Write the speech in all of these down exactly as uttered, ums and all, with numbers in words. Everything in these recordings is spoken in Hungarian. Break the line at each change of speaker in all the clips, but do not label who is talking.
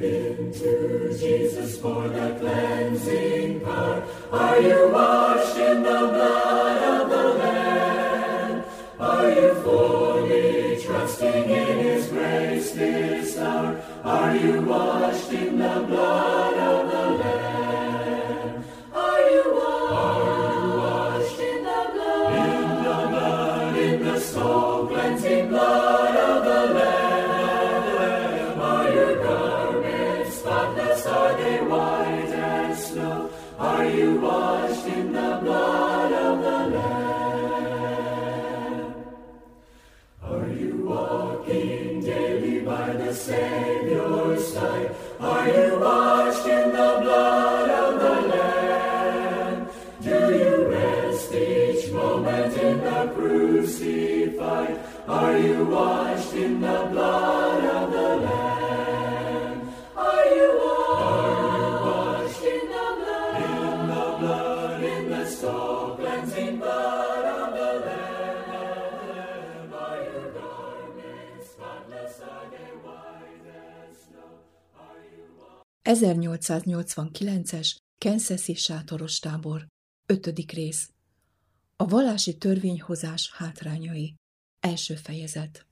been to Jesus for the cleansing power? Are you washed in the blood of the Lamb? Are you fully trusting in His grace this hour? Are you washed in the blood of the Lamb? Are you washed? Are you washed in the blood? In the blood, in the soul cleansing blood of the Lamb. Are your garments spotless? Are they white as snow? Are you washed in the blood of the Lamb? Are you walking daily by the Savior's side? Are you washed in the blood of the Lamb? Do you rest each moment in the crucified? Are you washed in the blood of the Lamb? Are you washed? Are you washed in the blood? In the blood, in the soul cleansing blood of the Lamb. Are your garments spotless? Are they white as snow? Are you washed?
ezernyolcszáznyolcvankilences Kansasi sátorostábor. Ötödik rész. A vallási törvényhozás hátrányai. Első fejezet.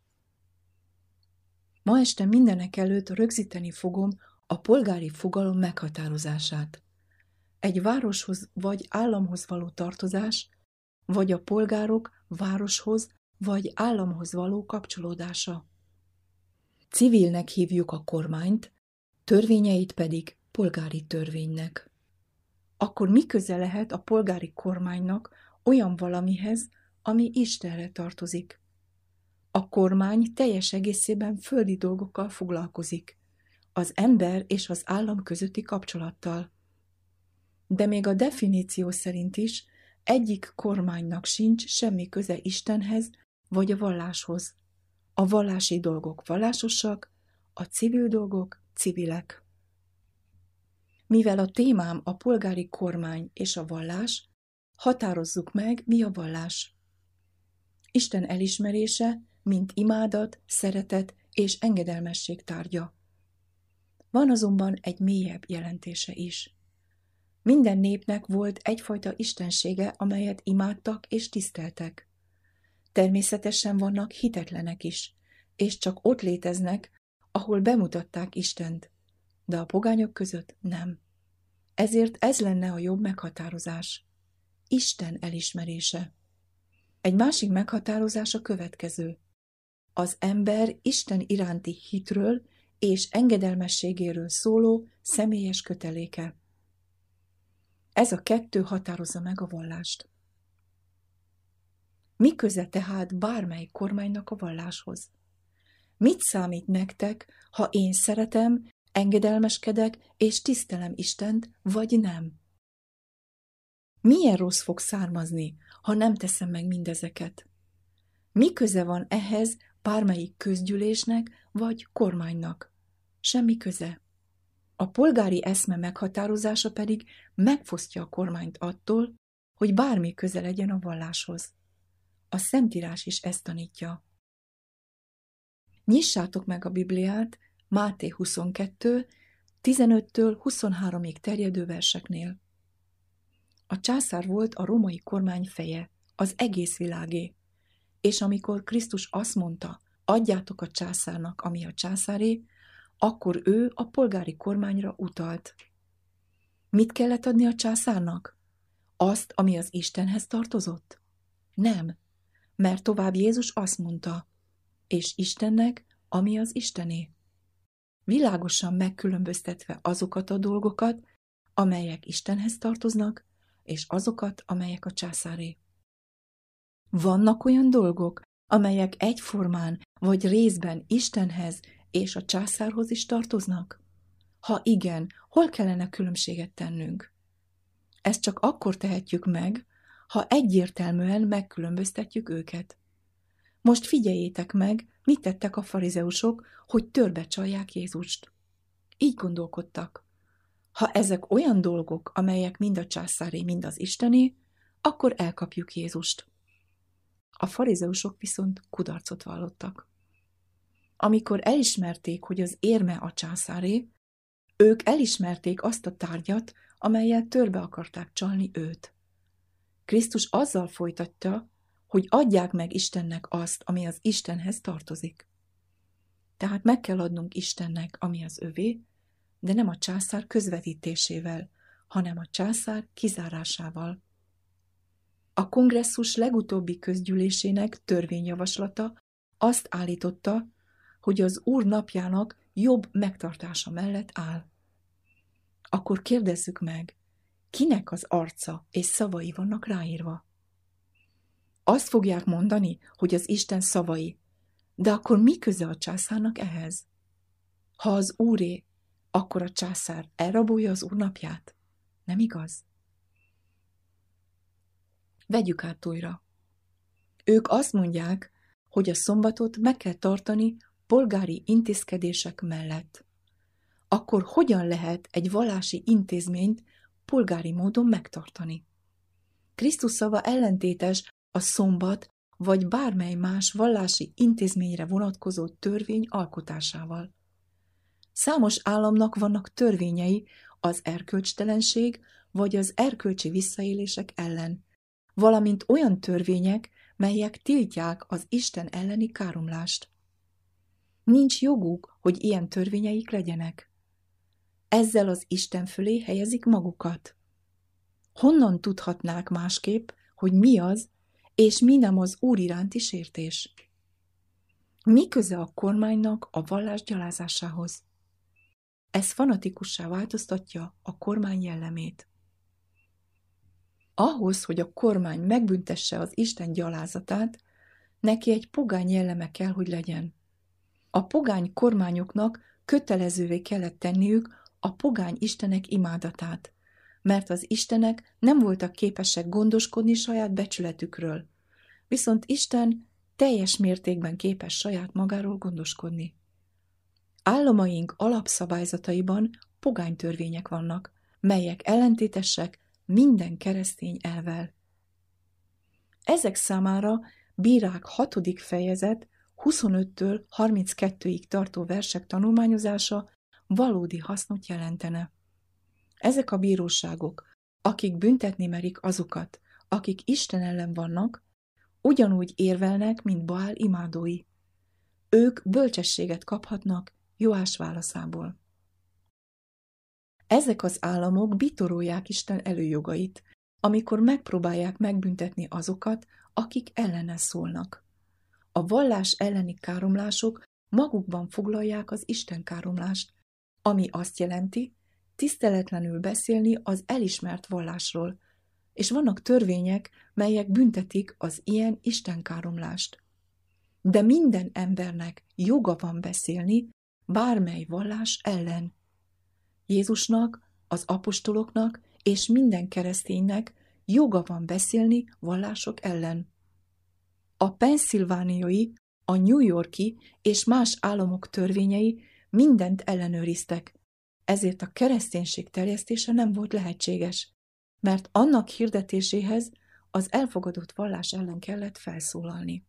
Ma este mindenek előtt rögzíteni fogom a polgári fogalom meghatározását. Egy városhoz vagy államhoz való tartozás, vagy a polgárok városhoz vagy államhoz való kapcsolódása. Civilnek hívjuk a kormányt, törvényeit pedig polgári törvénynek. Akkor mi köze lehet a polgári kormánynak olyan valamihez, ami Istenre tartozik? A kormány teljes egészében földi dolgokkal foglalkozik, az ember és az állam közötti kapcsolattal. De még a definíció szerint is egyik kormánynak sincs semmi köze Istenhez vagy a valláshoz. A vallási dolgok vallásosak, a civil dolgok civilek. Mivel a témám a polgári kormány és a vallás, határozzuk meg, mi a vallás. Isten elismerése, mint imádat, szeretet és engedelmesség tárgya. Van azonban egy mélyebb jelentése is. Minden népnek volt egyfajta istensége, amelyet imádtak és tiszteltek. Természetesen vannak hitetlenek is, és csak ott léteznek, ahol bemutatták Istent, de a pogányok között nem. Ezért ez lenne a jobb meghatározás. Isten elismerése. Egy másik meghatározás a következő. Az ember Isten iránti hitről és engedelmességéről szóló személyes köteléke. Ez a kettő határozza meg a vallást. Mi köze tehát bármely kormánynak a valláshoz? Mit számít nektek, ha én szeretem, engedelmeskedek és tisztelem Istent, vagy nem? Milyen rossz fog származni, ha nem teszem meg mindezeket? Mi köze van ehhez bármelyik közgyűlésnek vagy kormánynak? Semmi köze. A polgári eszme meghatározása pedig megfosztja a kormányt attól, hogy bármi köze legyen a valláshoz. A Szentírás is ezt tanítja. Nyissátok meg a Bibliát Máté huszonkettő, tizenöttől huszonháromig terjedő verseknél. A császár volt a római kormány feje, az egész világé, és amikor Krisztus azt mondta, adjátok a császárnak, ami a császáré, akkor ő a polgári kormányra utalt. Mit kellett adni a császárnak? Azt, ami az Istenhez tartozott? Nem, mert tovább Jézus azt mondta, és Istennek, ami az Istené. Világosan megkülönböztetve azokat a dolgokat, amelyek Istenhez tartoznak, és azokat, amelyek a császáré. Vannak olyan dolgok, amelyek egyformán vagy részben Istenhez és a császárhoz is tartoznak? Ha igen, hol kellene különbséget tennünk? Ezt csak akkor tehetjük meg, ha egyértelműen megkülönböztetjük őket. Most figyeljétek meg, mit tettek a farizeusok, hogy törbe csalják Jézust. Így gondolkodtak. Ha ezek olyan dolgok, amelyek mind a császáré, mind az Istené, akkor elkapjuk Jézust. A farizeusok viszont kudarcot vallottak. amikor elismerték, hogy az érme a császáré, ők elismerték azt a tárgyat, amellyel törbe akarták csalni őt. Krisztus azzal folytatja, hogy adják meg Istennek azt, ami az Istenhez tartozik. Tehát meg kell adnunk Istennek, ami az övé, de nem a császár közvetítésével, hanem a császár kizárásával. A kongresszus legutóbbi közgyűlésének törvényjavaslata azt állította, hogy az Úr napjának jobb megtartása mellett áll. Akkor kérdezzük meg, kinek az arca és szavai vannak ráírva? Azt fogják mondani, hogy az Isten szavai, de akkor mi köze a császárnak ehhez? Ha az Úré, akkor a császár elrabolja az Úr napját? Nem igaz? Vegyük át újra. Ők azt mondják, hogy a szombatot meg kell tartani polgári intézkedések mellett. Akkor hogyan lehet egy vallási intézményt polgári módon megtartani? Krisztus szava ellentétes a szombat vagy bármely más vallási intézményre vonatkozó törvény alkotásával. Számos államnak vannak törvényei az erkölcstelenség vagy az erkölcsi visszaélések ellen, valamint olyan törvények, melyek tiltják az Isten elleni káromlást. Nincs joguk, hogy ilyen törvényeik legyenek. Ezzel az Isten fölé helyezik magukat. Honnan tudhatnák másképp, hogy mi az, és mi nem az Úr iránti sértés? Mi köze a kormánynak a vallás gyalázásához? Ez fanatikussá változtatja a kormány jellemét. Ahhoz, hogy a kormány megbüntesse az Isten gyalázatát, neki egy pogány jelleme kell, hogy legyen. A pogány kormányoknak kötelezővé kellett tenniük a pogány istenek imádatát, mert az istenek nem voltak képesek gondoskodni saját becsületükről, viszont Isten teljes mértékben képes saját magáról gondoskodni. Államaink alapszabályzataiban pogány törvények vannak, melyek ellentétesek minden keresztény elvvel. Ezek számára Bírák hatodik fejezet huszonöttől harminckettőig tartó versek tanulmányozása valódi hasznot jelentene. Ezek a bíróságok, akik büntetni merik azokat, akik Isten ellen vannak, ugyanúgy érvelnek, mint Baál imádói. Ők bölcsességet kaphatnak Joás válaszából. Ezek az államok bitorolják Isten előjogait, amikor megpróbálják megbüntetni azokat, akik ellene szólnak. A vallás elleni káromlások magukban foglalják az Isten káromlást, ami azt jelenti, tiszteletlenül beszélni az elismert vallásról, és vannak törvények, melyek büntetik az ilyen istenkáromlást. De minden embernek joga van beszélni bármely vallás ellen. Jézusnak, az apostoloknak és minden kereszténynek joga van beszélni vallások ellen. A pennsylvániai, a New Yorki és más államok törvényei mindent ellenőriztek, ezért a kereszténység terjesztése nem volt lehetséges, mert annak hirdetéséhez az elfogadott vallás ellen kellett felszólalni.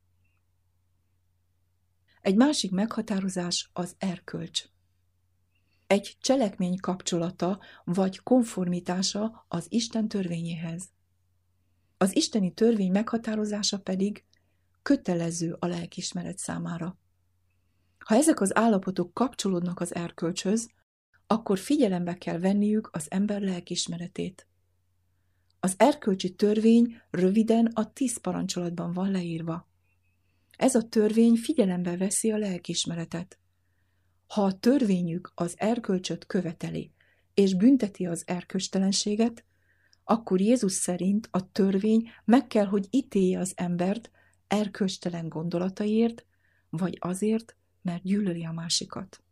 Egy másik meghatározás az erkölcs. Egy cselekmény kapcsolata vagy konformitása az Isten törvényéhez. Az isteni törvény meghatározása pedig kötelező a lelkiismeret számára. Ha ezek az állapotok kapcsolódnak az erkölcshöz, akkor figyelembe kell venniük az ember lelkiismeretét. Az erkölcsi törvény röviden a tíz parancsolatban van leírva. Ez a törvény figyelembe veszi a lelkiismeretet. Ha a törvényük az erkölcsöt követeli, és bünteti az erkölcstelenséget, akkor Jézus szerint a törvény meg kell, hogy ítélje az embert erkölcstelen gondolataiért, vagy azért, mert gyűlöli a másikat.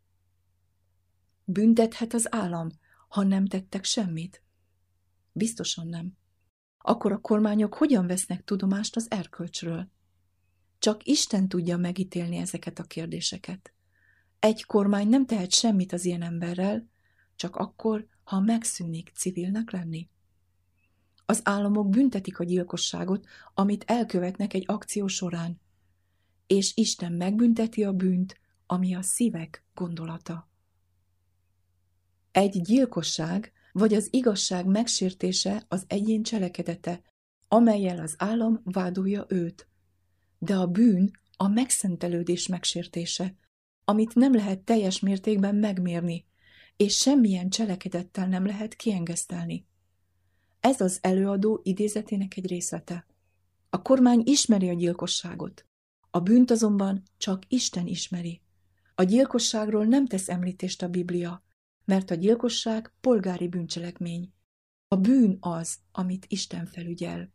Büntethet az állam, ha nem tettek semmit? Biztosan nem. Akkor a kormányok hogyan vesznek tudomást az erkölcsről? Csak Isten tudja megítélni ezeket a kérdéseket. Egy kormány nem tehet semmit az ilyen emberrel, csak akkor, ha megszűnik civilnek lenni. Az államok büntetik a gyilkosságot, amit elkövetnek egy akció során, és Isten megbünteti a bűnt ami a szívek gondolata. Egy gyilkosság vagy az igazság megsértése az egyén cselekedete, amellyel az állam vádolja őt. De a bűn a megszentelődés megsértése, amit nem lehet teljes mértékben megmérni, és semmilyen cselekedettel nem lehet kiengesztelni. Ez az előadó idézetének egy részlete. A kormány ismeri a gyilkosságot, a bűnt azonban csak Isten ismeri. A gyilkosságról nem tesz említést a Biblia, mert a gyilkosság polgári bűncselekmény. A bűn az, amit Isten felügyel.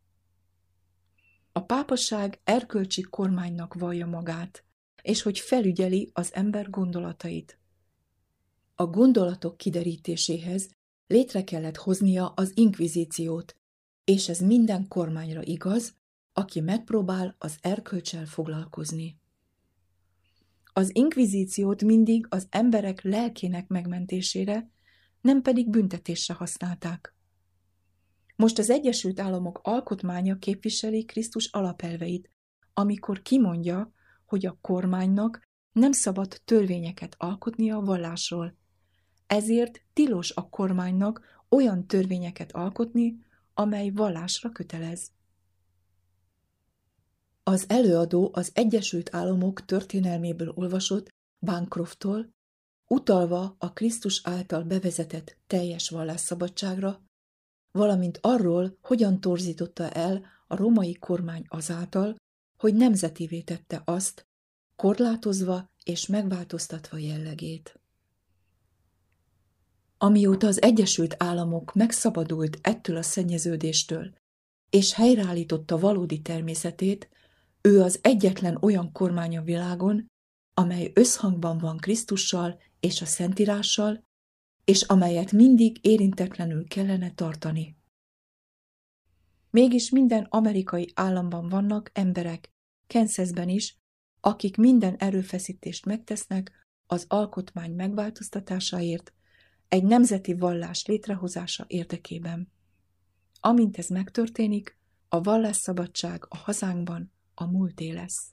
A pápaság erkölcsi kormánynak vallja magát, és hogy felügyeli az ember gondolatait. A gondolatok kiderítéséhez létre kellett hoznia az inkvizíciót, és ez minden kormányra igaz, aki megpróbál az erkölccsel foglalkozni. Az inkvizíciót mindig az emberek lelkének megmentésére, nem pedig büntetésre használták. Most az Egyesült Államok alkotmánya képviseli Krisztus alapelveit, amikor kimondja, hogy a kormánynak nem szabad törvényeket alkotnia a vallásról. Ezért tilos a kormánynak olyan törvényeket alkotni, amely vallásra kötelez. Az előadó az Egyesült Államok történelméből olvasott Bancrofttól, utalva a Krisztus által bevezetett teljes vallásszabadságra, valamint arról, hogyan torzította el a római kormány azáltal, hogy nemzetivé tette azt, korlátozva és megváltoztatva jellegét. Amióta az Egyesült Államok megszabadult ettől a szennyeződéstől, és helyreállította valódi természetét, ő az egyetlen olyan kormány a világon, amely összhangban van Krisztussal és a Szentírással, és amelyet mindig érintetlenül kellene tartani. Mégis minden amerikai államban vannak emberek, Kansasben is, akik minden erőfeszítést megtesznek az alkotmány megváltoztatásáért, egy nemzeti vallás létrehozása érdekében. Amint ez megtörténik, a vallásszabadság a hazánkban a múlté lesz.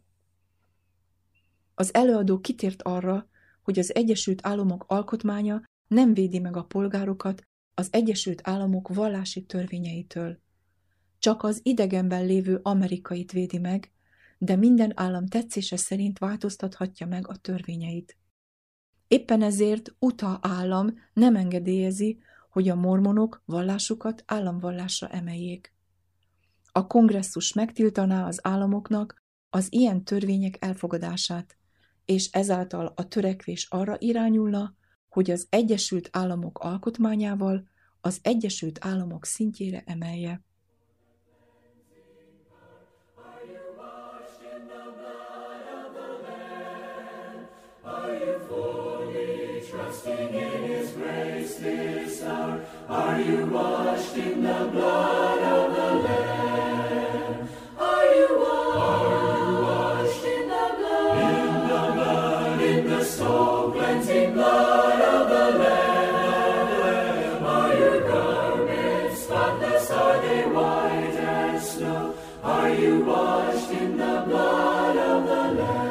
Az előadó kitért arra, hogy az Egyesült Államok alkotmánya nem védi meg a polgárokat az Egyesült Államok vallási törvényeitől. Csak az idegenben lévő amerikait védi meg, de minden állam tetszése szerint változtathatja meg a törvényeit. Éppen ezért Utah állam nem engedélyezi, hogy a mormonok vallásukat államvallásra emeljék. A kongresszus megtiltaná az államoknak az ilyen törvények elfogadását, és ezáltal a törekvés arra irányulna, hogy az Egyesült Államok alkotmányával az Egyesült Államok szintjére emelje.
Trusting in His grace this hour, are you washed in the blood of the Lamb? Are you washed? Are you washed in the blood? In the blood, in the soul-cleansing blood of the Lamb. Are your garments spotless? Are they white as snow? Are you washed in the blood of the Lamb?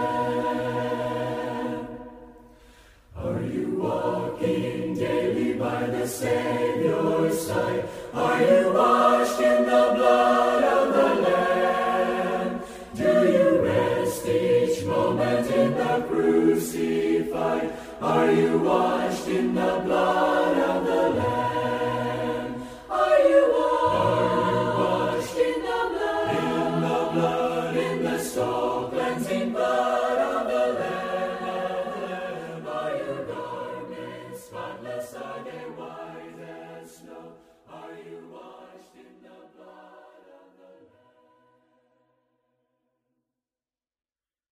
Walking daily by the Savior's side, are you washed in the blood of the Lamb? Do you rest each moment in the crucified? Are you washed in the blood